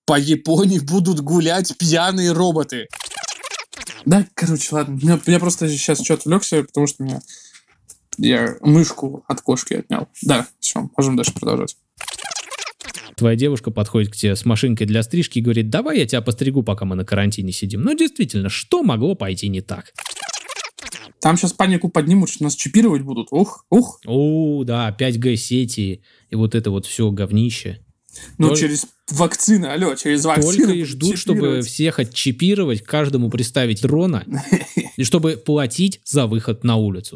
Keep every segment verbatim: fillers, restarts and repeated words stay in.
по Японии будут гулять пьяные роботы. Да, короче, ладно. Я, я просто сейчас что-то отвлекся, потому что меня... я мышку от кошки отнял. Да, все, можем дальше продолжать. Твоя девушка подходит к тебе с машинкой для стрижки и говорит: давай я тебя постригу, пока мы на карантине сидим. Ну, действительно, что могло пойти не так? Там сейчас панику поднимут, что нас чипировать будут. Ух, ух. О, да, пять джи сети и вот это вот все говнище. Ну, Только... через вакцины, алло, через вакцины. Только и ждут, чтобы всех отчипировать, каждому приставить дрона, и чтобы платить за выход на улицу.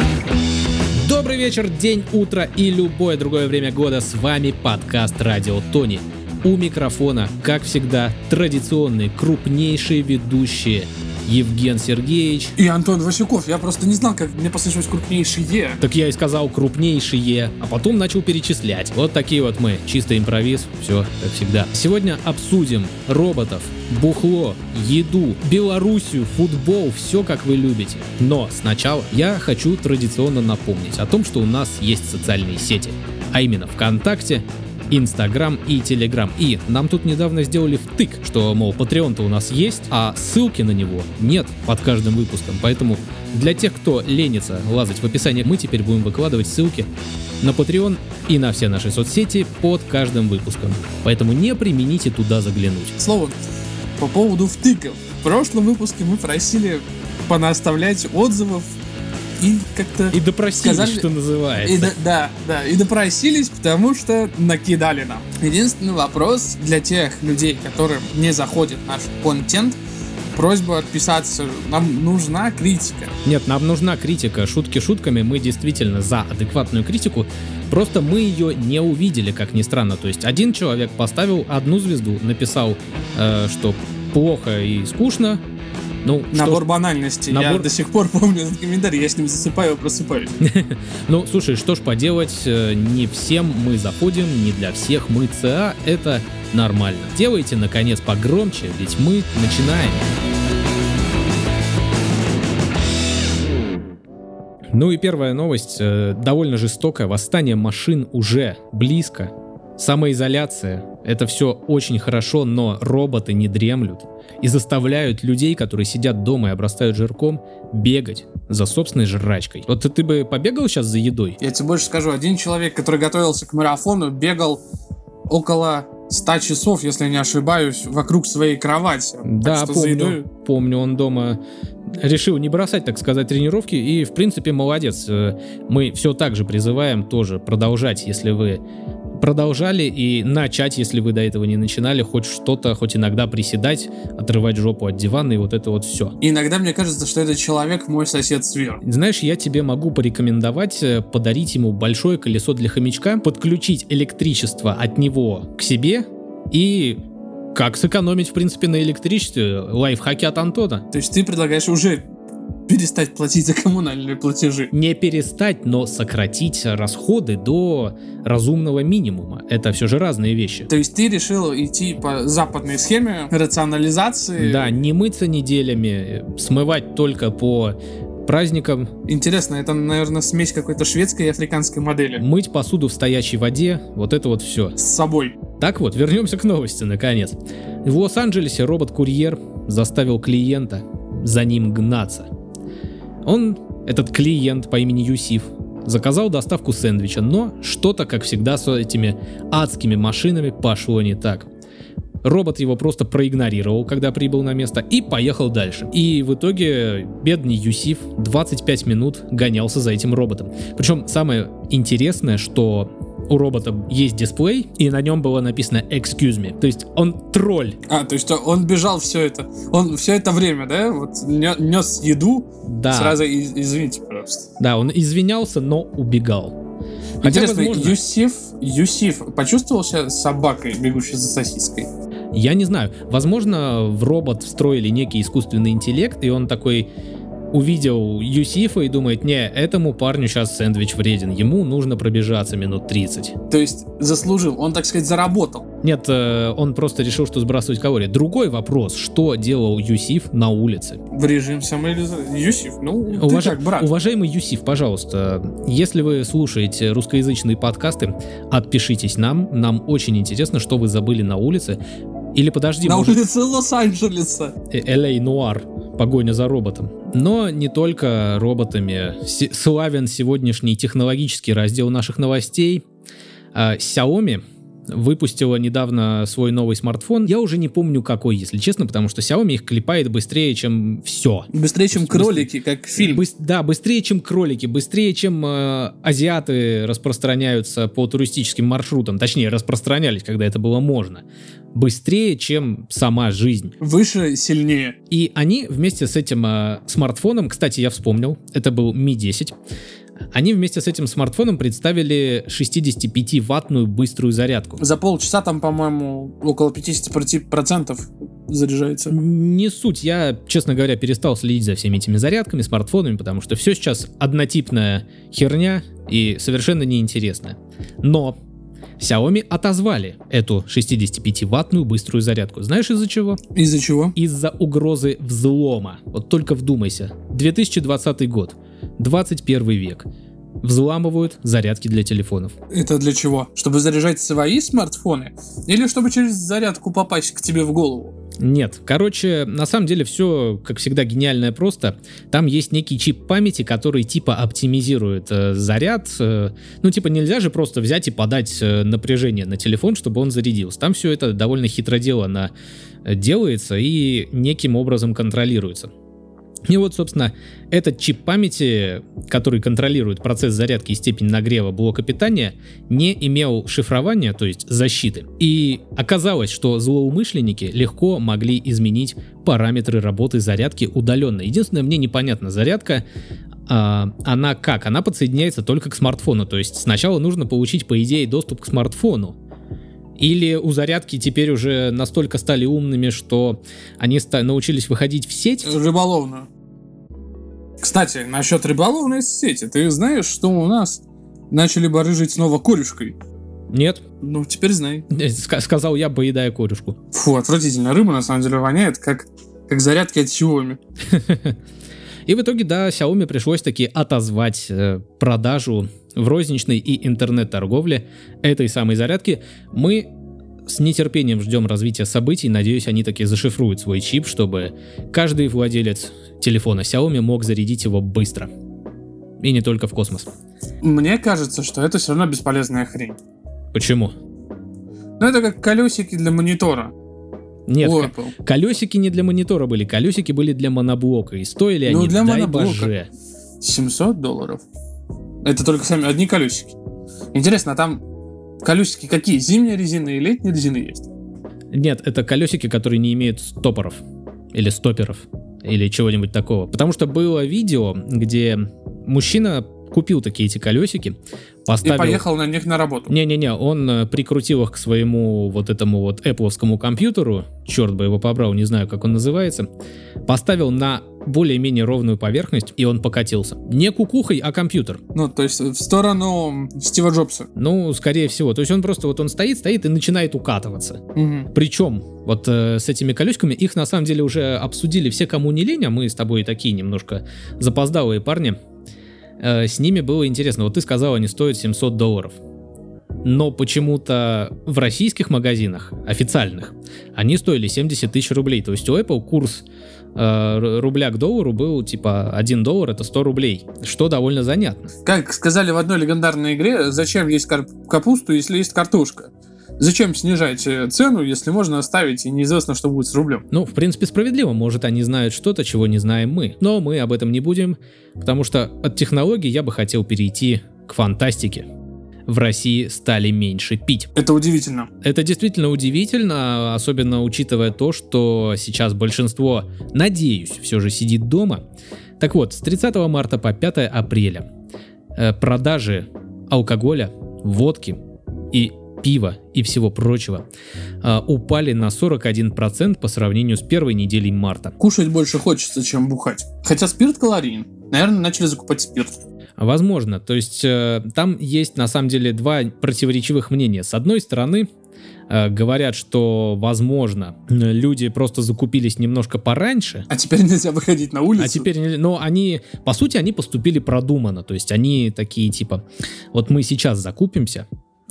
Добрый вечер, день, утро и любое другое время года. С вами подкаст Радио Тони. У микрофона, как всегда, традиционные крупнейшие ведущие Евген Сергеевич и Антон Васюков. Я просто не знал, как мне послышалось крупнейшие. Так я и сказал крупнейшие, а потом начал перечислять. Вот такие вот мы, чисто импровиз, все как всегда. Сегодня обсудим роботов, бухло, еду, Белоруссию, футбол, все как вы любите. Но сначала я хочу традиционно напомнить о том, что у нас есть социальные сети, а именно ВКонтакте, Инстаграм и Телеграм. И нам тут недавно сделали втык, что, мол, Patreon-то у нас есть, а ссылки на него нет под каждым выпуском. Поэтому для тех, кто ленится лазать в описании, мы теперь будем выкладывать ссылки на Patreon и на все наши соцсети под каждым выпуском. Поэтому не премините туда заглянуть. Слово по поводу втыков. В прошлом выпуске мы просили понаоставлять отзывов и как-то... И допросились, сказали, что называется. И до, да, да, и допросились, потому что накидали нам. Единственный вопрос для тех людей, которым не заходит наш контент, просьба отписаться. Нам нужна критика. Нет, нам нужна критика. Шутки шутками, мы действительно за адекватную критику. Просто мы ее не увидели, как ни странно. То есть один человек поставил одну звезду, написал, э, что плохо и скучно. Ну, набор банальностей. Набор... Я до сих пор помню этот комментарий, я с ним засыпаю и просыпаюсь. Ну, слушай, что ж поделать, не всем мы заходим, не для всех мы ЦА, это нормально. Делайте, наконец, погромче, ведь мы начинаем. Ну и первая новость, довольно жестокая. Восстание машин уже близко. Самоизоляция — это все очень хорошо, но роботы не дремлют и заставляют людей, которые сидят дома и обрастают жирком, бегать за собственной жрачкой. Вот ты бы побегал сейчас за едой? Я тебе больше скажу, один человек, который готовился к марафону, бегал около ста часов, если я не ошибаюсь, вокруг своей кровати. Да, помню, едой... помню, он дома решил не бросать, так сказать, тренировки, и, в принципе, молодец. Мы все так же призываем тоже продолжать, если вы продолжали, и начать, если вы до этого не начинали, хоть что-то, хоть иногда приседать, отрывать жопу от дивана и вот это вот все. Иногда мне кажется, что этот человек мой сосед сверху. Знаешь, я тебе могу порекомендовать подарить ему большое колесо для хомячка, подключить электричество от него к себе и... как сэкономить, в принципе, на электричестве. Лайфхаки от Антона. То есть ты предлагаешь уже перестать платить за коммунальные платежи? Не перестать, но сократить расходы до разумного минимума. Это все же разные вещи. То есть ты решил идти по западной схеме рационализации? Да, не мыться неделями, смывать только по праздникам. Интересно, это, наверное, смесь какой-то шведской и африканской модели. Мыть посуду в стоячей воде, вот это вот все. С собой. Так вот, вернемся к новости, наконец. В Лос-Анджелесе робот-курьер заставил клиента за ним гнаться. Он, этот клиент по имени Юсиф, заказал доставку сэндвича, но что-то, как всегда, с этими адскими машинами пошло не так. Робот его просто проигнорировал, когда прибыл на место, и поехал дальше. И в итоге бедный Юсиф двадцать пять минут гонялся за этим роботом. Причем самое интересное, что у робота есть дисплей, и на нем было написано «Excuse me». То есть он тролль. А, то есть он бежал все это. Он все это время, да? Вот нес еду. Да. Сразу извините, пожалуйста. Да, он извинялся, но убегал. Хотя, интересно, возможно... Юсиф, Юсиф почувствовал себя собакой, бегущей за сосиской? Я не знаю. Возможно, в робот встроили некий искусственный интеллект, и он такой увидел Юсифа и думает: не, этому парню сейчас сэндвич вреден, ему нужно пробежаться минут тридцать. То есть заслужил, он, так сказать, заработал. Нет, он просто решил, что сбрасывать калории. Другой вопрос, что делал Юсиф на улице? В режим самоизоляции. Юсиф, ну, Уваж... ты как, брат. Уважаемый Юсиф, пожалуйста, если вы слушаете русскоязычные подкасты, отпишитесь нам, нам очень интересно, что вы забыли на улице. Или подожди, На может, улице Лос-Анджелеса. э- эл эй Noir, погоня за роботом. Но не только роботами С- славен сегодняшний технологический раздел наших новостей. А, Xiaomi выпустила недавно свой новый смартфон. Я уже не помню какой, если честно, потому что Xiaomi их клепает быстрее, чем все. Быстрее, чем кролики, как фильм. Быс- да, быстрее, чем кролики, быстрее, чем э, азиаты распространяются по туристическим маршрутам. Точнее, распространялись, когда это было можно. Быстрее, чем сама жизнь. Выше, сильнее. И они вместе с этим э, смартфоном, кстати, я вспомнил, это был ми десять, они вместе с этим смартфоном представили шестидесятипятиваттную быструю зарядку. За полчаса там, по-моему, около пятьдесят процентов заряжается. Не суть, я, честно говоря, перестал следить за всеми этими зарядками, смартфонами, потому что все сейчас однотипная херня и совершенно неинтересная. Но Xiaomi отозвали эту шестидесятипятиваттную быструю зарядку. Знаешь, из-за чего? Из-за чего? Из-за угрозы взлома. Вот только вдумайся. две тысячи двадцатый год. двадцать первый век. Взламывают зарядки для телефонов. Это для чего? Чтобы заряжать свои смартфоны? Или чтобы через зарядку попасть к тебе в голову? Нет, короче, на самом деле все, как всегда, гениальное просто. Там есть некий чип памяти, который типа оптимизирует э, заряд. Э, ну, типа нельзя же просто взять и подать э, напряжение на телефон, чтобы он зарядился. Там все это довольно хитроделанно э, делается и неким образом контролируется. И вот, собственно, этот чип памяти, который контролирует процесс зарядки и степень нагрева блока питания, не имел шифрования, то есть защиты. И оказалось, что злоумышленники легко могли изменить параметры работы зарядки удаленно. Единственное, мне непонятно, зарядка, а, она как? Она подсоединяется только к смартфону, то есть сначала нужно получить, по идее, доступ к смартфону. Или у зарядки теперь уже настолько стали умными, что они ста- научились выходить в сеть? Рыболовную. Кстати, насчет рыболовной сети. Ты знаешь, что у нас начали барыжить снова корюшкой? Нет. Ну, теперь знай. Sk- сказал я, поедая корюшку. Фу, отвратительно. Рыба, на самом деле, воняет, как, как зарядки от Xiaomi. И в итоге, да, Xiaomi пришлось таки отозвать э, продажу в розничной и интернет-торговле этой самой зарядки. Мы с нетерпением ждем развития событий. Надеюсь, они таки зашифруют свой чип, чтобы каждый владелец телефона Xiaomi мог зарядить его быстро. И не только в космос. Мне кажется, что это все равно бесполезная хрень. Почему? Ну, это как колесики для монитора. Нет, У к- Apple. колесики не для монитора были, колесики были для моноблока. И стоили Ну, они, для дай моноблока. боже. семьсот долларов. Это только сами одни колесики. Интересно, а там колесики какие? Зимняя резина и летняя резина есть? Нет, это колесики, которые не имеют стопоров. Или стоперов. Или чего-нибудь такого. Потому что было видео, где мужчина купил такие эти колесики, поставил... И поехал на них на работу. Не-не-не, он э, прикрутил их к своему вот этому вот Apple'овскому компьютеру, черт бы его побрал, не знаю, как он называется, поставил на более-менее ровную поверхность, и он покатился. Не кукухой, а компьютер. Ну, то есть в сторону Стива Джобса. Ну, скорее всего. То есть он просто вот он стоит, стоит и начинает укатываться. Угу. Причем вот э, с этими колесиками их на самом деле уже обсудили все, кому не лень, а мы с тобой такие немножко запоздалые парни. Э, с ними было интересно. Вот ты сказал, они стоят семьсот долларов. Но почему-то в российских магазинах, официальных, они стоили семьдесят тысяч рублей. То есть у Apple курс э, рубля к доллару был типа один доллар это сто рублей, что довольно занятно. Как сказали в одной легендарной игре, зачем есть кар- капусту, если есть картошка? Зачем снижать э, цену, если можно оставить и неизвестно, что будет с рублем? Ну, в принципе, справедливо. Может, они знают что-то, чего не знаем мы. Но мы об этом не будем, потому что от технологий я бы хотел перейти к фантастике. В России стали меньше пить. Это удивительно. Это действительно удивительно, особенно учитывая то, что сейчас большинство, надеюсь, все же сидит дома. Так вот, с тридцатого марта по пятое апреля э, продажи алкоголя, водки и пива и всего прочего э, упали на сорок один процент по сравнению с первой неделей марта. Кушать больше хочется, чем бухать. Хотя спирт калорийен. Наверное, начали закупать спирт. Возможно, то есть э, там есть на самом деле два противоречивых мнения. С одной стороны, э, говорят, что, возможно, люди просто закупились немножко пораньше. А теперь нельзя выходить на улицу. А теперь, не- но они, по сути, они поступили продуманно. То есть они такие типа, вот мы сейчас закупимся,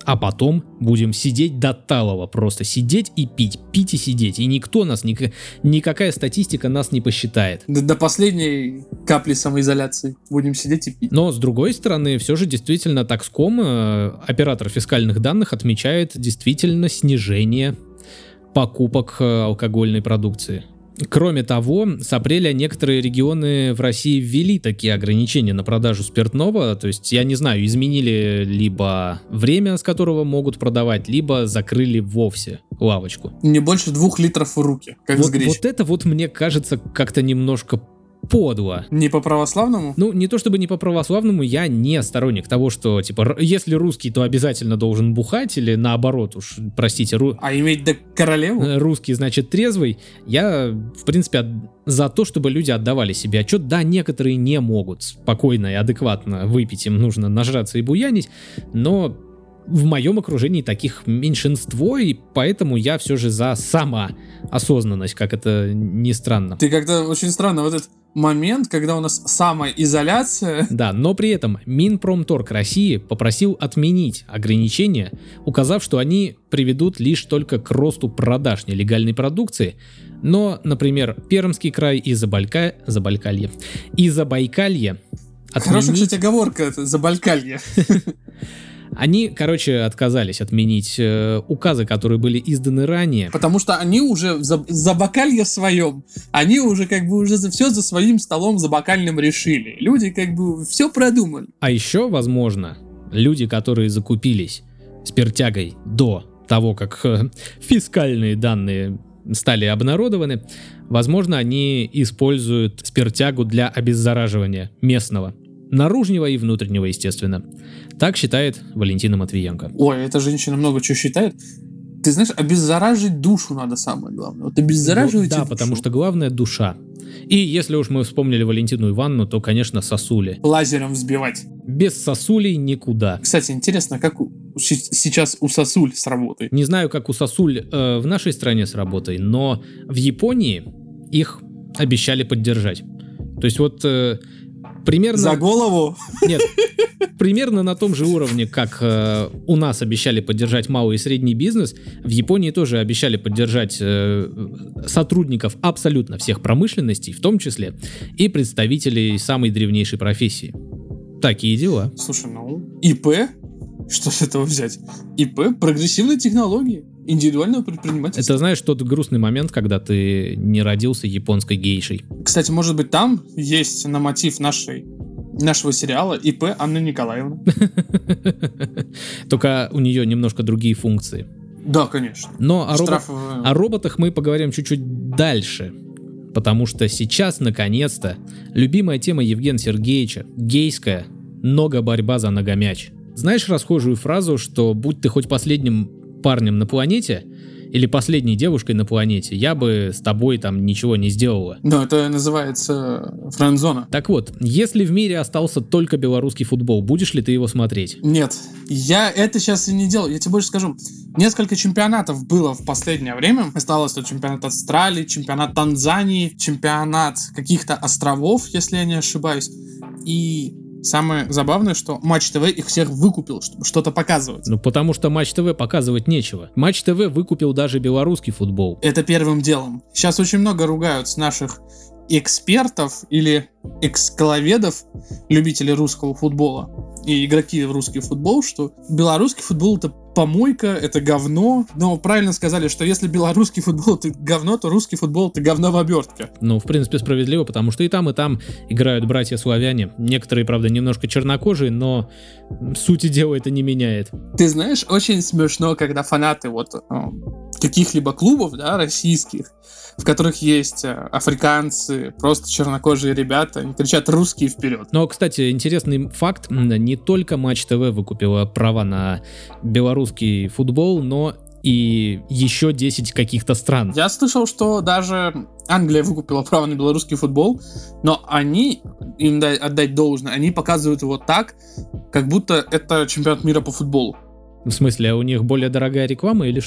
А потом будем сидеть до талого, просто сидеть и пить, пить и сидеть. И никто нас, ник- никакая статистика нас не посчитает. До, до последней капли самоизоляции будем сидеть и пить. Но, с другой стороны, все же действительно Такском, э, оператор фискальных данных, отмечает действительно снижение покупок э, алкогольной продукции. Кроме того, с апреля некоторые регионы в России ввели такие ограничения на продажу спиртного, то есть, я не знаю, изменили либо время, с которого могут продавать, либо закрыли вовсе лавочку. Не больше двух литров в руки, как Вот, с гречкой. вот это вот мне кажется как-то немножко подло. Не по православному? Ну, не то чтобы не по православному, я не сторонник того, что, типа, р- если русский, то обязательно должен бухать, или наоборот уж, простите, ру- А иметь до королеву? э, русский, значит, трезвый. Я, в принципе, от- за то, чтобы люди отдавали себе отчет. Да, некоторые не могут спокойно и адекватно выпить, им нужно нажраться и буянить, но в моем окружении таких меньшинство, и поэтому я все же за самоосознанность, как это ни странно. Ты как-то очень странно, вот этот момент, когда у нас самоизоляция. Да, но при этом Минпромторг России попросил отменить ограничения, указав, что они приведут лишь только к росту продаж нелегальной продукции. Но, например, Пермский край и Забайка... Забайкалье. И Забайкалье Хорошая, отменить... кстати, оговорка, это Забайкалье. Они, короче, отказались отменить э, указы, которые были изданы ранее. Потому что они уже в за- забакалье своем, они уже как бы уже все за своим столом забакальным решили. Люди как бы все продумали. А еще, возможно, люди, которые закупились спиртягой до того, как э, фискальные данные стали обнародованы, возможно, они используют спиртягу для обеззараживания местного. Наружного и внутреннего, естественно. Так считает Валентина Матвиенко. Ой, эта женщина много чего считает. Ты знаешь, обеззаражить душу надо самое главное. Вот обеззараживайте Да, душу. потому что главное — душа. И если уж мы вспомнили Валентину Ивановну, то, конечно, сосули. Лазером взбивать. Без сосулей никуда. Кстати, интересно, как у- щи- сейчас у сосуль сработает. Не знаю, как у сосуль э, в нашей стране с работой, но в Японии их обещали поддержать. То есть вот э, примерно... За голову? Нет, примерно на том же уровне, как э, у нас обещали поддержать малый и средний бизнес, в Японии тоже обещали поддержать э, сотрудников абсолютно всех промышленностей, в том числе и представителей самой древнейшей профессии. Такие дела. Слушай, ну, ИП? Что с этого взять? ИП — прогрессивные технологии индивидуального предпринимательства. Это, знаешь, тот грустный момент, когда ты не родился японской гейшей. Кстати, может быть, там есть на мотив нашей, нашего сериала ИП Анны Николаевны. Только у нее немножко другие функции. Да, конечно. Но о, робо- Штраф... о роботах мы поговорим чуть-чуть дальше. Потому что сейчас, наконец-то, любимая тема Евгения Сергеевича, гейская, много борьба за ногомяч. Знаешь расхожую фразу, что будь ты хоть последним парнем на планете или последней девушкой на планете, я бы с тобой там ничего не сделала. Да, это называется френд-зона. Так вот, если в мире остался только белорусский футбол, будешь ли ты его смотреть? Нет, я это сейчас и не делаю. Я тебе больше скажу. Несколько чемпионатов было в последнее время. Осталось то чемпионат Австралии, чемпионат Танзании, чемпионат каких-то островов, если я не ошибаюсь. И самое забавное, что Матч ТВ их всех выкупил, чтобы что-то показывать. Ну, потому что Матч ТВ показывать нечего. Матч ТВ выкупил даже белорусский футбол. Это первым делом. Сейчас очень много ругают с наших экспертов или эксклаведов, любителей русского футбола и игроки в русский футбол, что белорусский футбол — это помойка, это говно. Но правильно сказали, что если белорусский футбол — это говно, то русский футбол — это говно в обертке. Ну, в принципе, справедливо, потому что и там, и там играют братья-славяне. Некоторые, правда, немножко чернокожие, но сути дела это не меняет. Ты знаешь, очень смешно, когда фанаты вот э, каких-либо клубов, да, российских, в которых есть э, африканцы, просто чернокожие ребята, они кричат «русские вперед». Но, кстати, интересный факт. Не только Матч ТВ выкупила права на белорусский футбол, но и еще десять каких-то стран. Я слышал, что даже Англия выкупила право на белорусский футбол, но они, им дай- отдать должное, они показывают его так, как будто это чемпионат мира по футболу. В смысле, а у них более дорогая реклама или что?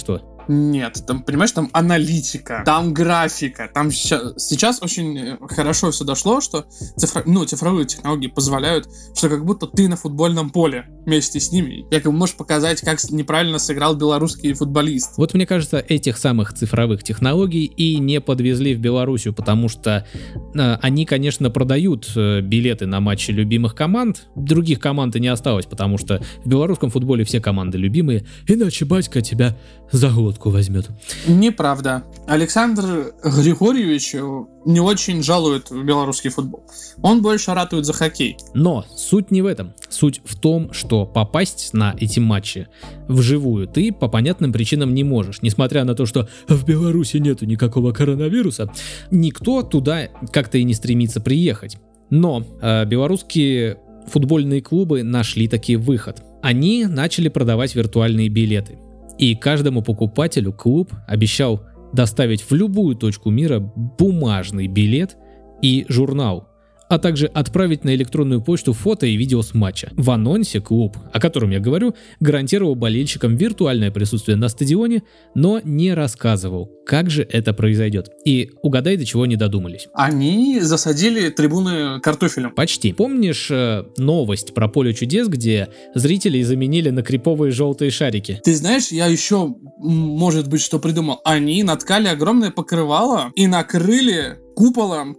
Нет, там, понимаешь, там аналитика, там графика, там сейчас, сейчас очень хорошо все дошло, что цифро, ну, цифровые технологии позволяют, что как будто ты на футбольном поле вместе с ними, как можешь показать, как неправильно сыграл белорусский футболист. Вот мне кажется, этих самых цифровых технологий и не подвезли в Белоруссию, потому что э, они, конечно, продают э, билеты на матчи любимых команд, других команд и не осталось, потому что в белорусском футболе все команды любимые, иначе батька тебя за глотку возьмет. Неправда. Александр Григорьевич не очень жалует белорусский футбол. Он больше ратует за хоккей. Но суть не в этом. Суть в том, что попасть на эти матчи вживую ты по понятным причинам не можешь. Несмотря на то, что в Беларуси нету никакого коронавируса, никто туда как-то и не стремится приехать. Но э, белорусские футбольные клубы нашли таки выход. Они начали продавать виртуальные билеты. И каждому покупателю клуб обещал доставить в любую точку мира бумажный билет и журнал, а также отправить на электронную почту фото и видео с матча. В анонсе клуб, о котором я говорю, гарантировал болельщикам виртуальное присутствие на стадионе, но не рассказывал, как же это произойдет. И угадай, до чего они додумались. Они засадили трибуны картофелем. Почти. Помнишь э, новость про поле чудес, где зрителей заменили на криповые желтые шарики? Ты знаешь, я еще, может быть, что придумал. Они наткали огромное покрывало и накрыли куполом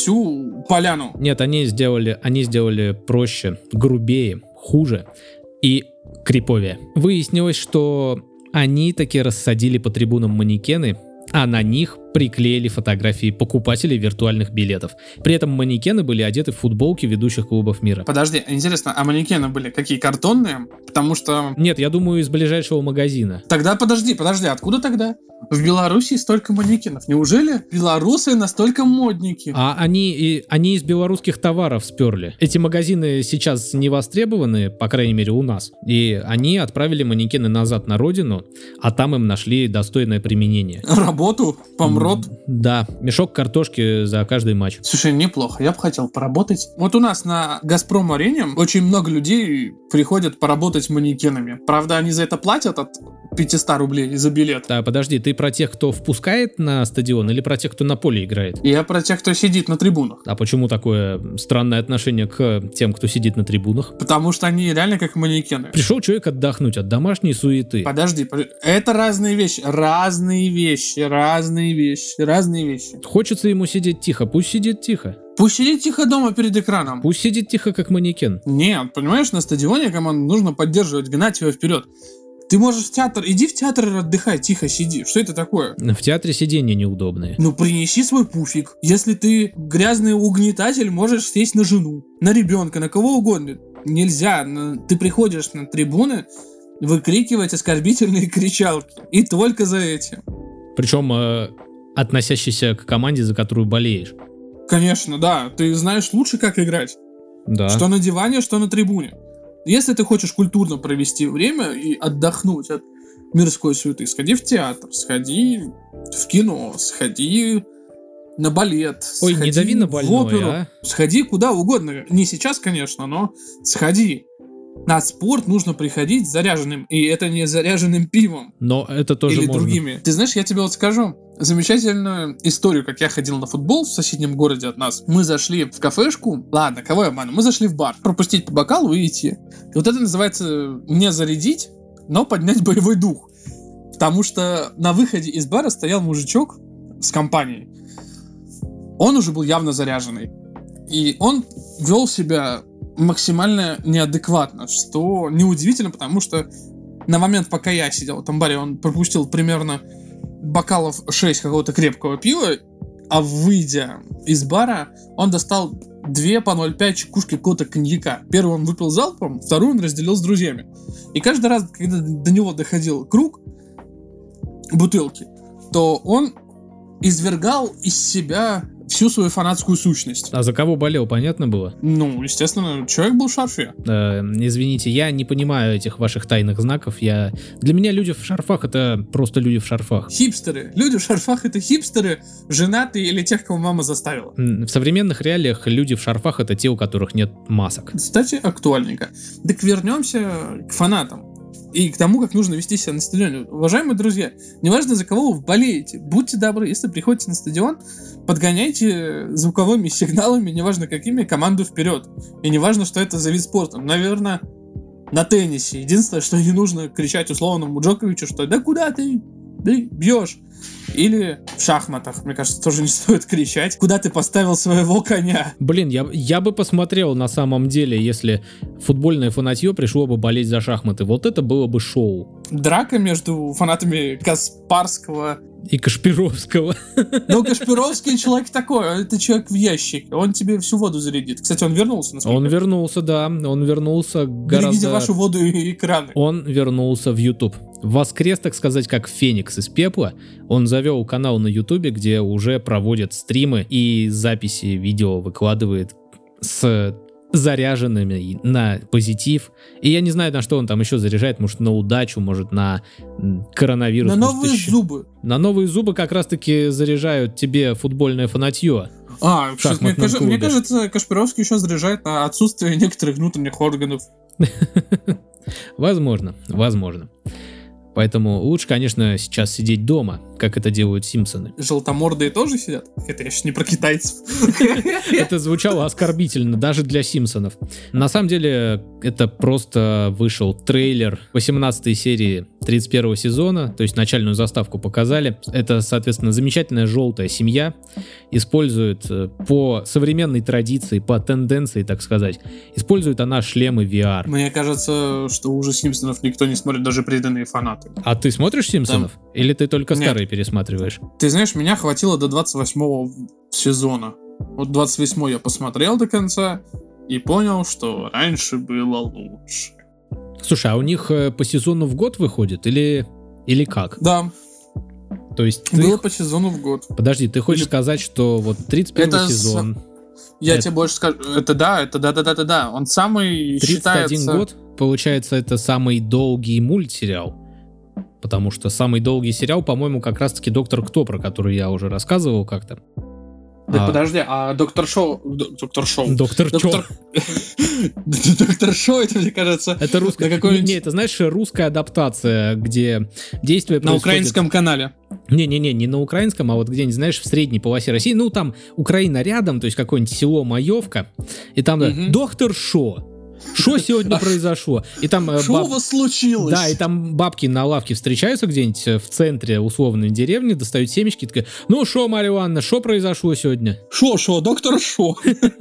всю поляну. Нет, они сделали, они сделали проще, грубее, хуже и криповее. Выяснилось, что они таки рассадили по трибунам манекены, а на них приклеили фотографии покупателей виртуальных билетов. При этом манекены были одеты в футболки ведущих клубов мира. Подожди, интересно, а манекены были какие, картонные? Потому что... Нет, я думаю, из ближайшего магазина. Тогда подожди, подожди, откуда тогда? В Беларуси столько манекенов. Неужели белорусы настолько модники? А они, и, они из белорусских товаров сперли. Эти магазины сейчас не востребованы, по крайней мере у нас. И они отправили манекены назад на родину, а там им нашли достойное применение. Работу? Помрот? Да, мешок картошки за каждый матч. Слушай, неплохо, я бы хотел поработать. Вот у нас на Газпром-арене очень много людей приходят поработать манекенами. Правда, они за это платят от пятьсот рублей за билет. Да, подожди, ты про тех, кто впускает на стадион, или про тех, кто на поле играет? Я про тех, кто сидит на трибунах. А почему такое странное отношение к тем, кто сидит на трибунах? Потому что они реально как манекены. Пришел человек отдохнуть от домашней суеты. Подожди, это разные вещи, разные вещи, разные вещи, разные вещи. Хочется ему сидеть тихо, пусть сидит тихо. Пусть сидит тихо дома перед экраном. Пусть сидит тихо, как манекен. Нет, понимаешь, на стадионе команду нужно поддерживать, гнать его вперед. Ты можешь в театр, иди в театр и отдыхай, тихо сиди. Что это такое? В театре сиденья неудобные. Ну принеси свой пуфик. Если ты грязный угнетатель, можешь сесть на жену, на ребенка, на кого угодно. Нельзя, ты приходишь на трибуны выкрикивать оскорбительные кричалки. И только за этим. Причем э, относящийся к команде, за которую болеешь. Конечно, да. Ты знаешь лучше, как играть. Да. Что на диване, что на трибуне. Если ты хочешь культурно провести время и отдохнуть от мирской суеты, сходи в театр, сходи в кино, сходи на балет, Ой, сходи не дави на в больное, оперу, а? Сходи куда угодно. Не сейчас, конечно, но сходи. На спорт нужно приходить заряженным, и это не заряженным пивом. Но это тоже или можно. другими. Ты знаешь, я тебе вот скажу замечательную историю, как я ходил на футбол в соседнем городе от нас. Мы зашли в кафешку. Ладно, кого я обману? Мы зашли в бар. Пропустить по бокалу и идти. И вот это называется не зарядить, но поднять боевой дух. Потому что на выходе из бара стоял мужичок с компанией. Он уже был явно заряженный. И он вел себя максимально неадекватно, что неудивительно, потому что на момент, пока я сидел в этом баре, он пропустил примерно бокалов шесть какого-то крепкого пива, а выйдя из бара, он достал две по ноль пять чекушки какого-то коньяка. Первую он выпил залпом, вторую он разделил с друзьями. И каждый раз, когда до него доходил круг бутылки, то он извергал из себя всю свою фанатскую сущность. А за кого болел, понятно было? Ну, естественно, человек был в шарфе. Э, извините, я не понимаю этих ваших тайных знаков. Я... Для меня люди в шарфах — это просто люди в шарфах. Хипстеры. Люди в шарфах — это хипстеры, женатые или тех, кого мама заставила. В современных реалиях люди в шарфах — это те, у которых нет масок. Кстати, актуальненько. Так вернемся к фанатам. и к тому, как нужно вести себя на стадионе. Уважаемые друзья, неважно, за кого вы болеете, будьте добры, если приходите на стадион, подгоняйте звуковыми сигналами, неважно какими, команду вперед. И неважно, что это за вид спорта. Наверное, на теннисе. Единственное, что не нужно кричать условному Джоковичу, что «да куда ты бьешь?» Или в шахматах, мне кажется, тоже не стоит кричать. Куда ты поставил своего коня? Блин, я, я бы посмотрел на самом деле, если футбольное фанатье пришло бы болеть за шахматы. Вот это было бы шоу. Драка между фанатами Каспарского и Кашпировского. Ну, Кашпировский человек такой, это человек в ящике. Он тебе всю воду зарядит. Кстати, он вернулся, насколько? Он вернулся, да. Он вернулся гораздо... Берегите вашу воду и экраны. Он вернулся в YouTube. Воскрес, так сказать, как Феникс из пепла. Он завел канал на YouTube, где уже проводят стримы и записи видео выкладывает с заряженными на позитив. И я не знаю, на что он там еще заряжает. Может, на удачу, может, на коронавирус. На новые еще... зубы. На новые зубы как раз-таки заряжают тебе футбольное фанатье. А, мне, кажется, мне кажется, Кашпировский еще заряжает на отсутствие некоторых внутренних органов. Возможно, возможно. Поэтому лучше, конечно, сейчас сидеть дома, как это делают Симпсоны. Желтомордые тоже сидят? Это я сейчас не про китайцев. Это звучало оскорбительно даже для Симпсонов. На самом деле, это просто вышел трейлер восемнадцатой серии тридцать первого сезона, то есть начальную заставку показали. Это, соответственно, замечательная желтая семья. Использует по современной традиции, по тенденции, так сказать, использует она шлемы ви ар. Мне кажется, что уже Симпсонов никто не смотрит, даже преданные фанаты. А ты смотришь Симпсонов? Да. Или ты только Нет. старые пересматриваешь? Ты знаешь, меня хватило до двадцать восьмого сезона. Вот двадцать восьмой я посмотрел до конца и понял, что раньше было лучше. Слушай, а у них по сезону в год выходит или, или как? Да. То есть ты... Было по сезону в год. Подожди, ты хочешь Или... сказать, что вот тридцать первый это сезон... С... Я это... тебе больше скажу. Это да, это да-да-да-да-да. Он самый тридцать один считается... год, получается, это самый долгий мультсериал. Потому что самый долгий сериал, по-моему, как раз-таки «Доктор Кто», про который я уже рассказывал как-то. Да а... подожди, а Доктор Шоу... Доктор Шоу... Доктор Чо. Доктор Шоу, это, мне кажется... Это русская... Не, это, знаешь, русская адаптация, где действие происходит... На украинском канале. Не-не-не, не на украинском, а вот где-нибудь, знаешь, в средней полосе России. Ну, там Украина рядом, то есть какое-нибудь село Маевка. И там угу. Доктор Шо. Что сегодня произошло? И там Что баб... у вас случилось? Да, и там бабки на лавке встречаются где-нибудь в центре условной деревни, достают семечки, такая: ну шо, Марья Ивановна, что произошло сегодня? Шо, шо, доктор Шо.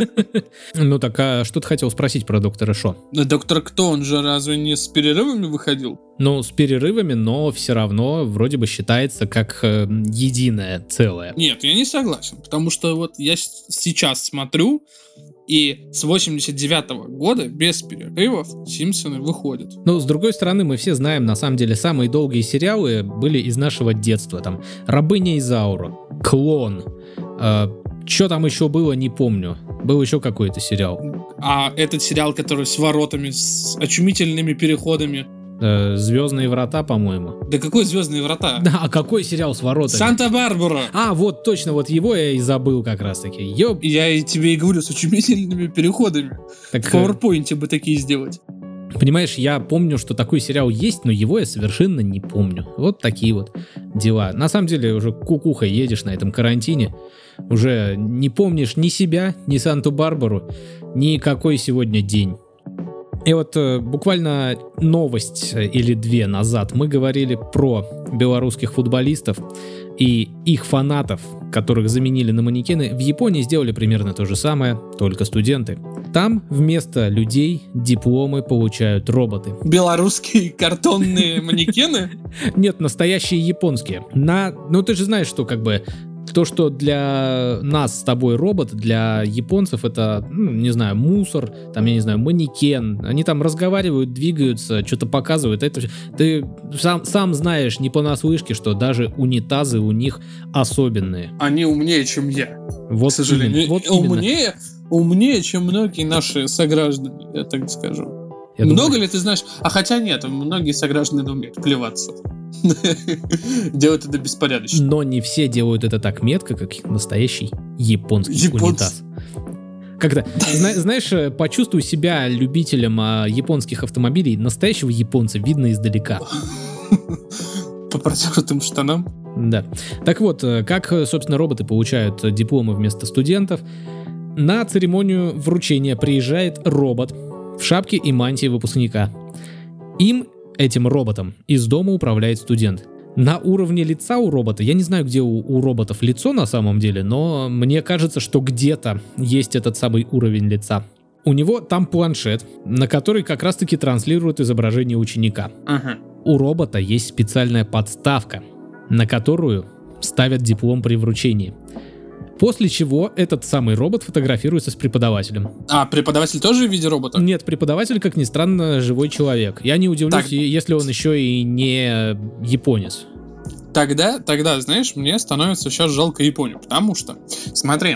Ну так, а что ты хотел спросить про доктора Шо? Доктор Кто, он же разве не с перерывами выходил? Ну, с перерывами, но все равно вроде бы считается как э, единое целое. Нет, я не согласен, потому что вот я сейчас смотрю, и с восемьдесят девятого года без перерывов Симпсоны выходят. Ну, с другой стороны, мы все знаем, на самом деле, самые долгие сериалы были из нашего детства. Там «Рабыня Изаура», «Клон», э, что там еще было, не помню. Был еще какой-то сериал. А этот сериал, который с воротами, с очумительными переходами... «Звездные врата», по-моему. Да какой «Звездные врата»? Да, а какой сериал с воротами? «Санта-Барбара». А, вот точно, вот его я и забыл как раз-таки. Ёп. Я и тебе и говорю, с очумительными переходами. Так, в PowerPoint бы такие сделать. Понимаешь, я помню, что такой сериал есть, но его я совершенно не помню. Вот такие вот дела. На самом деле уже кукуха едешь на этом карантине. Уже не помнишь ни себя, ни Санту-Барбару, ни какой сегодня день. И вот э, буквально новость или две назад мы говорили про белорусских футболистов и их фанатов, которых заменили на манекены. В Японии сделали примерно то же самое, только студенты. Там вместо людей дипломы получают роботы. Белорусские картонные манекены? Нет, настоящие японские. На, ну ты же знаешь, что как бы... То, что для нас с тобой робот, для японцев это, ну, не знаю, мусор, там, я не знаю, манекен. Они там разговаривают, двигаются, что-то показывают. Это, ты сам, сам знаешь не понаслышке, что даже унитазы у них особенные. Они умнее, чем я, вот к сожалению. Именно, вот умнее, умнее, чем многие наши сограждане, я так скажу. Я Много думаю... ли ты знаешь? А хотя нет, многие сограждане умеют плеваться. Делают это беспорядочно. Но не все делают это так метко, как настоящий японский Японцы. унитаз. Как-то, зна- знаешь, э, почувствуй себя любителем а, японских автомобилей. Настоящего японца видно издалека. По протянутым штанам. Да. Так вот, э, как, э, собственно, роботы получают э, дипломы вместо студентов? На церемонию вручения приезжает робот в шапке и мантии выпускника. Им, этим роботом, из дома управляет студент. На уровне лица у робота, я не знаю, где у, у роботов лицо на самом деле, но мне кажется, что где-то есть этот самый уровень лица. У него там планшет, на который как раз-таки транслирует изображение ученика. Ага. У робота есть специальная подставка, на которую ставят диплом при вручении. После чего этот самый робот фотографируется с преподавателем. А преподаватель тоже в виде робота? Нет, преподаватель, как ни странно, живой человек. Я не удивлюсь, Так. если он еще и не японец. Тогда, тогда, знаешь, мне становится сейчас жалко Японию, потому что, смотри,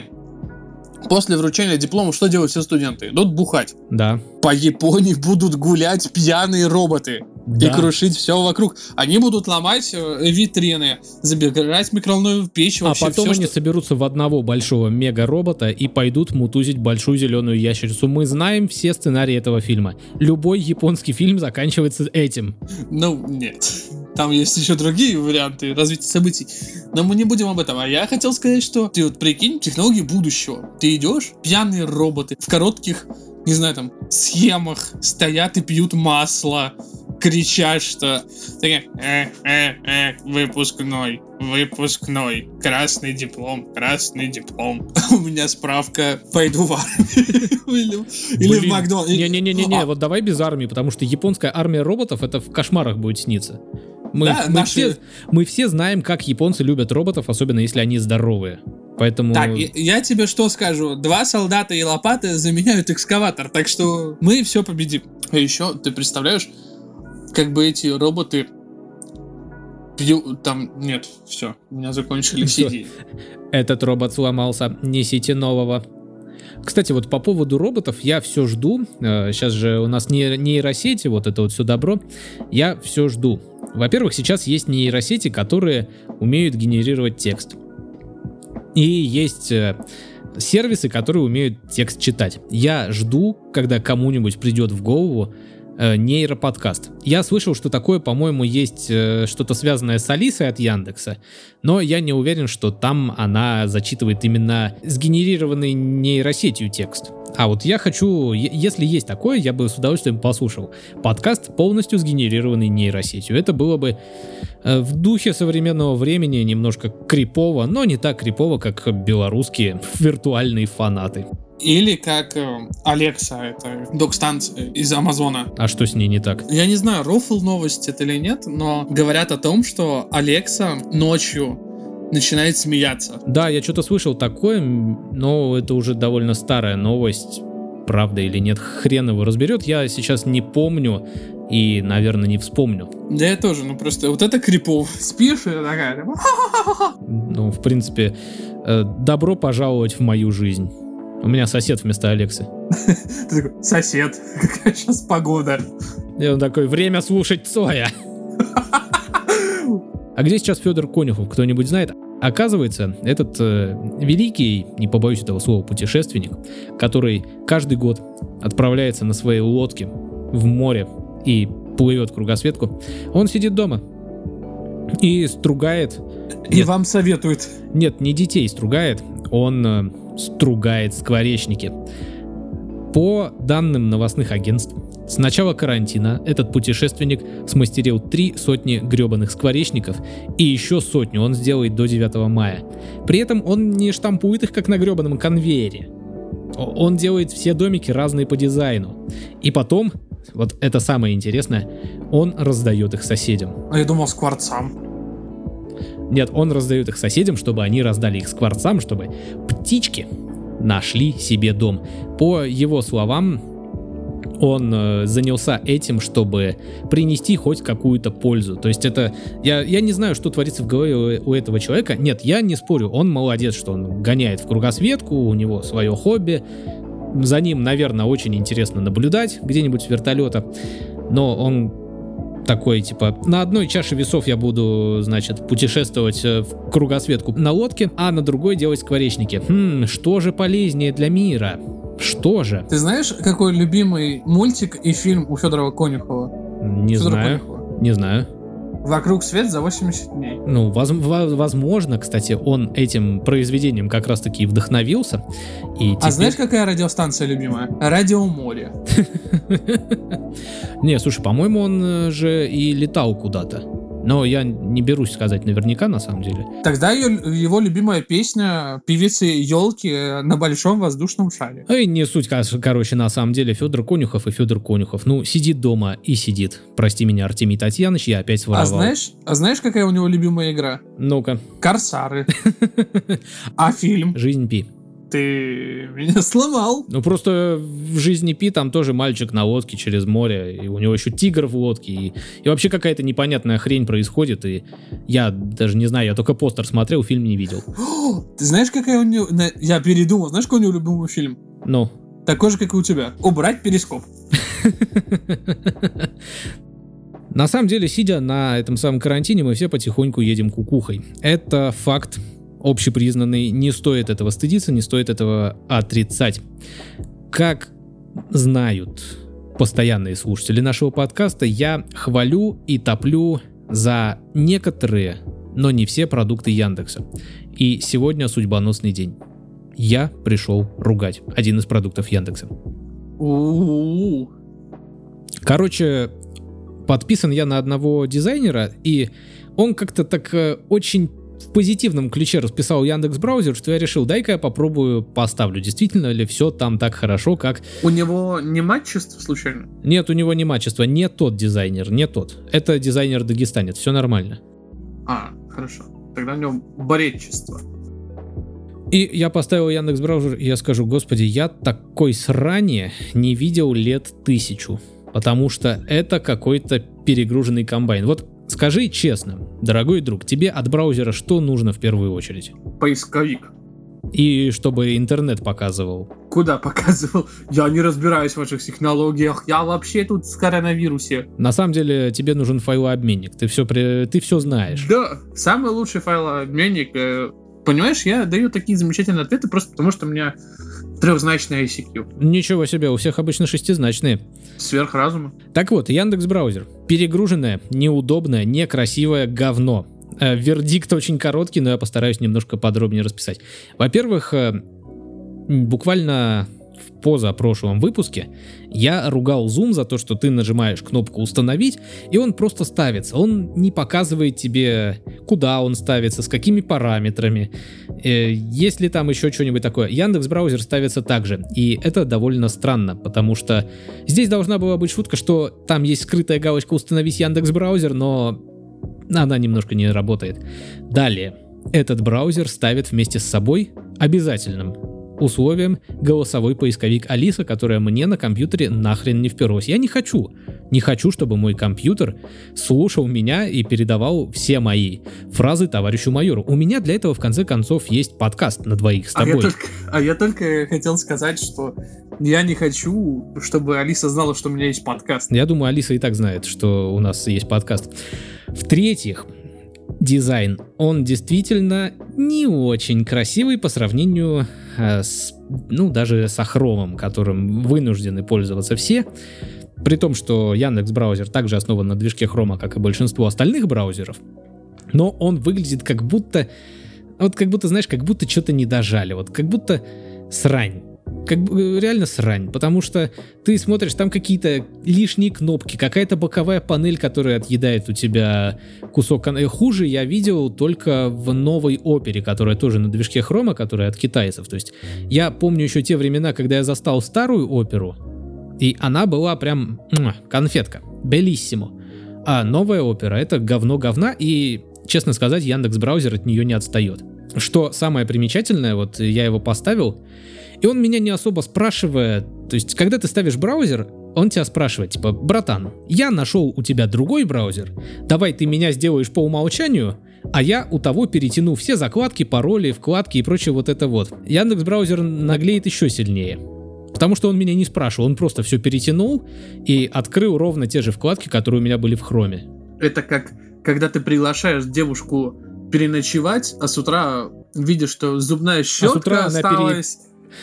после вручения диплома что делают все студенты? Идут бухать. Да. По Японии будут гулять пьяные роботы. Да. И крушить все вокруг. Они будут ломать э, витрины, забирать в микроволновую печь. А Вообще потом все, они что... соберутся в одного большого мега-робота и пойдут мутузить большую зеленую ящерицу. Мы знаем все сценарии этого фильма. Любой японский фильм заканчивается этим. Ну, нет. Там есть еще другие варианты развития событий. Но мы не будем об этом. А я хотел сказать, что ты вот прикинь, технологии будущего. Ты идешь, пьяные роботы в коротких, не знаю, там, схемах стоят и пьют масло, кричат, что такие, э, э, э, выпускной, выпускной, красный диплом, красный диплом. У меня справка, пойду в армию. Или в Макдональдс. Не-не-не-не, вот давай без армии, потому что японская армия роботов это в кошмарах будет сниться. Мы, Да, мы, наши- все, мы все знаем, как японцы любят роботов, особенно если они здоровые. Поэтому... Так, я, я тебе что скажу? Два солдата и лопаты заменяют экскаватор, так что мы все победим. А еще, ты представляешь, как бы эти роботы пьют... Там, нет, все, у меня закончились Всё. идеи. Этот робот сломался, несите нового. Кстати, вот по поводу роботов я все жду. э, Сейчас же у нас не- нейросети, вот это вот все добро. Я все жду. Во-первых, сейчас есть нейросети, которые умеют генерировать текст. И есть э, сервисы, которые умеют текст читать. Я жду, когда кому-нибудь придет в голову э, нейроподкаст. Я слышал, что такое, по-моему, есть э, что-то связанное с Алисой от Яндекса, но я не уверен, что там она зачитывает именно сгенерированный нейросетью текст. А вот я хочу, е- если есть такое, я бы с удовольствием послушал. Подкаст полностью сгенерированный нейросетью. Это было бы э, в духе современного времени, немножко крипово, но не так крипово, как белорусские виртуальные фанаты. Или как э, Алекса, это док-станция из Амазона. А что с ней не так? Я не знаю, рофл новость это или нет, но говорят о том, что Алекса ночью начинает смеяться. Да, я что-то слышал такое, м, но это уже довольно старая новость. Правда или нет, хрен его разберет. Я сейчас не помню и, наверное, не вспомню. Да я тоже, ну просто вот это крипов. Спишь и такая, типа, Ну, в принципе, э, добро пожаловать в мою жизнь. У меня сосед вместо Алексы. ты такой, сосед, какая сейчас погода. И он такой, время слушать Цоя. А где сейчас Федор Конюхов, кто-нибудь знает? Оказывается, этот э, великий, не побоюсь этого слова, путешественник, который каждый год отправляется на своей лодке в море и плывет в кругосветку, он сидит дома и стругает... И Нет. вам советуют. Нет, не детей стругает, он э, стругает скворечники. По данным новостных агентств, с начала карантина этот путешественник смастерил три сотни гребаных скворечников, и еще сотню он сделает до девятого мая. При этом он не штампует их как на гребаном конвейере. О- Он делает все домики разные по дизайну. И потом, вот это самое интересное, он раздает их соседям. А я думал, скворцам. Нет, он раздает их соседям, чтобы они раздали их скворцам, чтобы птички нашли себе дом. По его словам, он э, занялся этим, чтобы принести хоть какую-то пользу. То есть это... Я, я не знаю, что творится в голове у, у этого человека. Нет, я не спорю, он молодец, что он гоняет в кругосветку, у него свое хобби. За ним, наверное, очень интересно наблюдать где-нибудь с вертолета. Но он такой, типа, на одной чаше весов я буду, значит, путешествовать э, в кругосветку на лодке, а на другой делать скворечники. Хм, что же полезнее для мира? Что же? Ты знаешь, какой любимый мультик и фильм у Федора Конюхова? Не Федора знаю. Конюхова. Не знаю. «Вокруг свет за восемьдесят дней». Ну, воз- во- возможно, кстати, он этим произведением как раз-таки и вдохновился. И А теперь... знаешь, какая радиостанция любимая? Радио Море. Не, слушай, по-моему, он э, же и летал куда-то. Но я не берусь сказать наверняка, на самом деле. Тогда ее, его любимая песня певицы Ёлки «На большом воздушном шаре». Эй, не суть, кор- короче, на самом деле, Федор Конюхов и Федор Конюхов. Ну, сидит дома и сидит. Прости меня, Артемий Татьяныч, я опять своровал. А знаешь, а знаешь, какая у него любимая игра? Ну-ка. «Корсары». А фильм? Жизнь Пи. Ты меня сломал. Ну, просто в жизни Пи там тоже мальчик на лодке через море, и у него еще тигр в лодке, и, и вообще какая-то непонятная хрень происходит, и я даже не знаю, я только постер смотрел, фильм не видел. О, ты знаешь, какая у него... на- Я передумал. Знаешь, какой у него любимый фильм? Ну. Такой же, как и у тебя. «Убрать перископ». На самом деле, сидя на этом самом карантине, мы все потихоньку едем кукухой. Это факт общепризнанный, не стоит этого стыдиться, не стоит этого отрицать. Как знают постоянные слушатели нашего подкаста, я хвалю и топлю за некоторые, но не все продукты Яндекса. И сегодня судьбоносный день. Я пришел ругать один из продуктов Яндекса. У-у-у. Короче, подписан я на одного дизайнера, и он как-то так э, очень в позитивном ключе расписал Яндекс.Браузер, что я решил, дай-ка я попробую поставлю, действительно ли все там так хорошо, как... У него не матчество, случайно? Нет, у него не мачество, не тот дизайнер, не тот. Это дизайнер-дагестанец, все нормально. А, хорошо. Тогда у него баретчество. И я поставил Яндекс.Браузер, и я скажу, господи, я такой срани не видел лет тысячу. Потому что это какой-то перегруженный комбайн. Вот скажи честно, дорогой друг, тебе от браузера что нужно в первую очередь? Поисковик. И чтобы интернет показывал. Куда показывал? Я не разбираюсь в ваших технологиях. Я вообще тут в коронавирусе. На самом деле тебе нужен файлообменник. Ты все, при... ты все знаешь. Да, самый лучший файлообменник. э, Понимаешь, я даю такие замечательные ответы просто потому, что у меня трехзначный ай си кью. Ничего себе, у всех обычно шестизначные. Сверхразума. Так вот, Яндекс.Браузер. Перегруженное, неудобное, некрасивое говно. Э, Вердикт очень короткий, но я постараюсь немножко подробнее расписать. Во-первых, э, буквально в позапрошлом выпуске я ругал Zoom за то, что ты нажимаешь кнопку «Установить», и он просто ставится. Он не показывает тебе, куда он ставится, с какими параметрами, э, есть ли там еще что-нибудь такое. Яндекс.Браузер ставится так же, и это довольно странно, потому что здесь должна была быть шутка, что там есть скрытая галочка «Установить Яндекс.Браузер», но она немножко не работает. Далее, этот браузер ставит вместе с собой обязательным условием голосовой поисковик Алиса, которая мне на компьютере нахрен не вперлась. Я не хочу. Не хочу, чтобы мой компьютер слушал меня и передавал все мои фразы товарищу майору. У меня для этого, в конце концов, есть подкаст на двоих с А я, тобой. только, а я только хотел сказать, что я не хочу, чтобы Алиса знала, что у меня есть подкаст. Я думаю, Алиса и так знает, что у нас есть подкаст. В-третьих, дизайн. Он действительно не очень красивый по сравнению э, с, ну, даже с Хромом, которым вынуждены пользоваться все. При том, что Яндекс.Браузер также основан на движке Хрома, как и большинство остальных браузеров. Но он выглядит как будто... Вот как будто, знаешь, как будто что-то не дожали. Вот как будто срань. Как бы реально срань, потому что ты смотришь, там какие-то лишние кнопки, какая-то боковая панель, которая отъедает у тебя кусок. Хуже я видел только в новой опере, которая тоже на движке Хрома, которая от китайцев. То есть я помню еще те времена, когда я застал старую оперу, и она была прям муа, конфетка, белиссимо. А новая опера — это говно говна, и, честно сказать, Яндекс.Браузер от нее не отстает. Что самое примечательное, вот я его поставил, и он меня не особо спрашивает, то есть, когда ты ставишь браузер, он тебя спрашивает, типа, братан, я нашел у тебя другой браузер, давай ты меня сделаешь по умолчанию, а я у того перетяну все закладки, пароли, вкладки и прочее вот это вот. Яндекс.Браузер наглеет еще сильнее, потому что он меня не спрашивал, он просто все перетянул и открыл ровно те же вкладки, которые у меня были в Хроме. Это как, когда ты приглашаешь девушку переночевать, а с утра видишь, что зубная щетка а с утра осталась...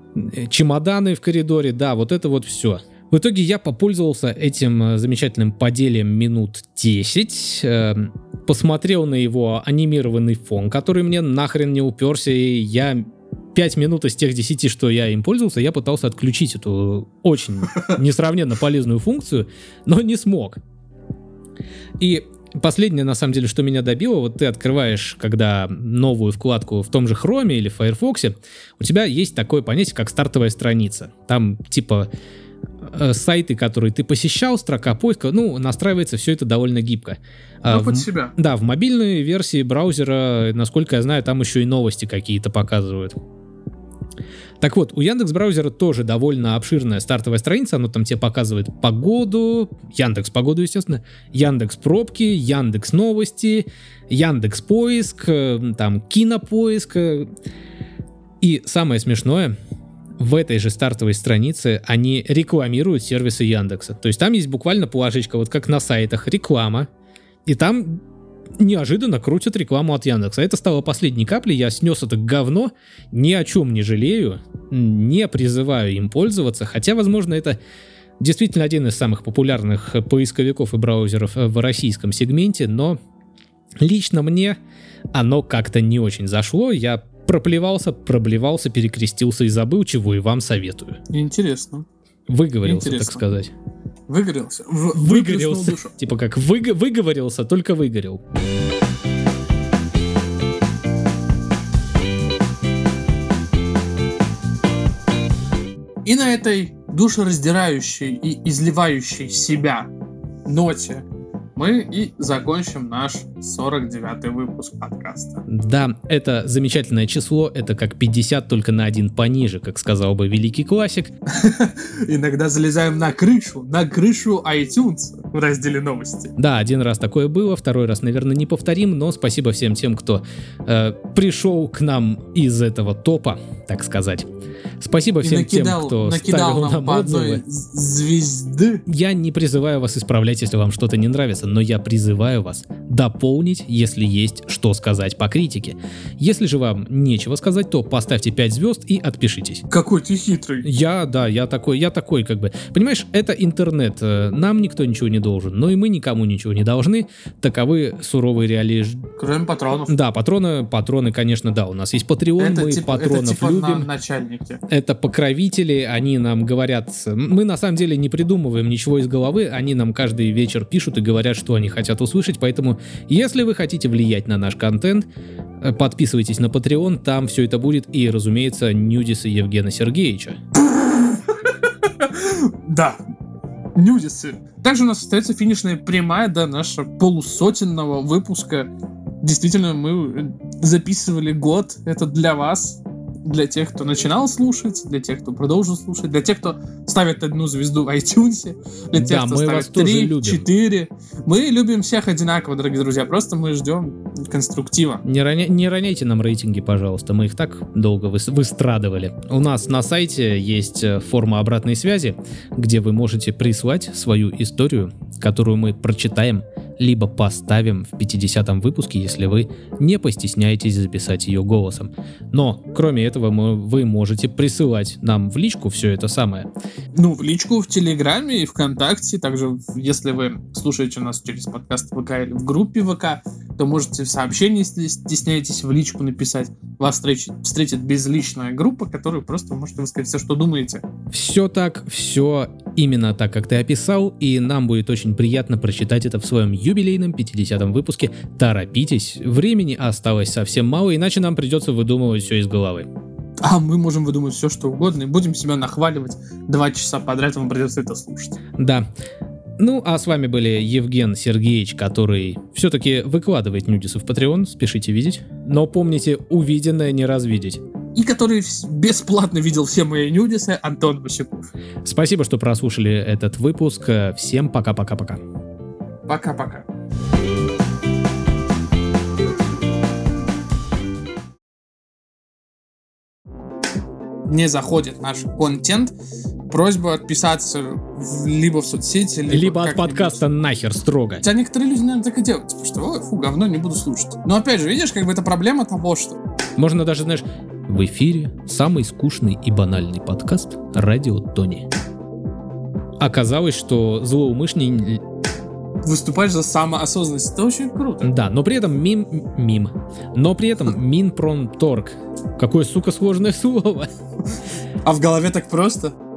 чемоданы в коридоре, да, вот это вот все. В итоге я попользовался этим замечательным поделием минут десять, э, посмотрел на его анимированный фон, который мне нахрен не уперся, и я пять минут из тех десяти, что я им пользовался, я пытался отключить эту очень несравненно полезную функцию, но не смог. И последнее, на самом деле, что меня добило, вот ты открываешь, когда новую вкладку в том же Chrome или Firefox, у тебя есть такое понятие, как стартовая страница. Там типа э, сайты, которые ты посещал, строка поиска, ну, настраивается все это довольно гибко. Ну, а, под в, себя. Да, в мобильной версии браузера, насколько я знаю, там еще и новости какие-то показывают. Так вот, у Яндекс.Браузера тоже довольно обширная стартовая страница, она там тебе показывает погоду, Яндекс.Погоду, естественно, Яндекс.Пробки, Яндекс.Новости, Яндекс.Поиск, там Кинопоиск. И самое смешное, в этой же стартовой странице они рекламируют сервисы Яндекса. То есть там есть буквально плашечка, вот как на сайтах, реклама, и там неожиданно крутят рекламу от Яндекса. Это стало последней каплей, я снес это говно, ни о чем не жалею, не призываю им пользоваться, хотя, возможно, это действительно один из самых популярных поисковиков и браузеров в российском сегменте, но лично мне оно как-то не очень зашло, я проплевался, проблевался, перекрестился и забыл, чего и вам советую. Интересно. Выговорился, Интересно. так сказать. Выгорелся. В- Выгорелся. душу. Типа как вы, выговорился, только выгорел. И на этой душераздирающей и изливающей себя ноте мы и закончим наш сорок девятый выпуск подкаста. Да, это замечательное число, это как пятьдесят, только на один пониже, как сказал бы великий классик. Иногда залезаем на крышу, на крышу iTunes в разделе новости. Да, один раз такое было, второй раз, наверное, не повторим, но спасибо всем тем, кто э, пришел к нам из этого топа, так сказать. Спасибо всем накидал, тем, кто накидал ставил нам нам по отзывы. одной звезды. Я не призываю вас исправлять, если вам что-то не нравится, но я призываю вас дополнить, если есть что сказать по критике. Если же вам нечего сказать, то поставьте пять звезд и отпишитесь. Какой ты хитрый. Я, да, я такой, я такой как бы. Понимаешь, это интернет, нам никто ничего не должен, но и мы никому ничего не должны. Таковы суровые реалии. Кроме патронов. Да, патроны, патроны, конечно, да, у нас есть Patreon, Это мы типа, патронов это типа любим. На начальники. Это покровители, они нам говорят, мы на самом деле не придумываем ничего из головы, они нам каждый вечер пишут и говорят, что они хотят услышать, поэтому если вы хотите влиять на наш контент, подписывайтесь на Patreon, там все это будет, и, разумеется, нюдисы Евгена Сергеевича. Да, нюдисы. Также у нас остается финишная прямая до нашего полусотенного выпуска. Действительно, мы записывали год, это для вас. Для тех, кто начинал слушать, для тех, кто продолжил слушать, для тех, кто ставит одну звезду в iTunes, для тех, Да, кто мы вас ставит тоже три, любим. четыре. Мы любим всех одинаково, дорогие друзья, просто мы ждем конструктива. Не, роня... не роняйте нам рейтинги, пожалуйста, мы их так долго выс... выстрадывали. У нас на сайте есть форма обратной связи, где вы можете прислать свою историю, которую мы прочитаем, либо поставим в пятидесятом выпуске, если вы не постесняетесь записать ее голосом. Но, кроме этого, мы, вы можете присылать нам в личку все это самое. Ну, в личку, в Телеграме и ВКонтакте. Также, если вы слушаете нас через подкаст ВК или в группе ВК, то можете в сообщении, если стесняетесь, в личку написать. Вас встретит, встретит безличная группа, которую просто можете высказать все, что думаете. Все так, все именно так, как ты описал, и нам будет очень приятно прочитать это в своем юбилейном пятидесятом выпуске. Торопитесь, времени осталось совсем мало, иначе нам придется выдумывать все из головы. А мы можем выдумать все, что угодно, и будем себя нахваливать два часа подряд, вам придется это слушать. Да. Ну, а с вами были Евген Сергеевич, который все-таки выкладывает нюдисы в Patreon, спешите видеть. Но помните, увиденное не развидеть. И который бесплатно видел все мои нюдисы, Антон Васюков. Спасибо, что прослушали этот выпуск. Всем пока-пока-пока. Пока-пока. Не заходит наш контент, просьба отписаться в, либо в соцсети, либо, либо от подкаста нахер строго. Хотя некоторые люди, наверное, так и делают. Типа, что, ой, фу, говно, не буду слушать. Но опять же, видишь, как бы это проблема того, что... Можно даже, знаешь, В эфире самый скучный и банальный подкаст «Радио Тони». Оказалось, что злоумышленник... Выступаешь за самоосознанность. Это очень круто. Да, но при этом мим... Мим. Но при этом Минпромторг. Какое, сука, сложное слово. А в голове так просто?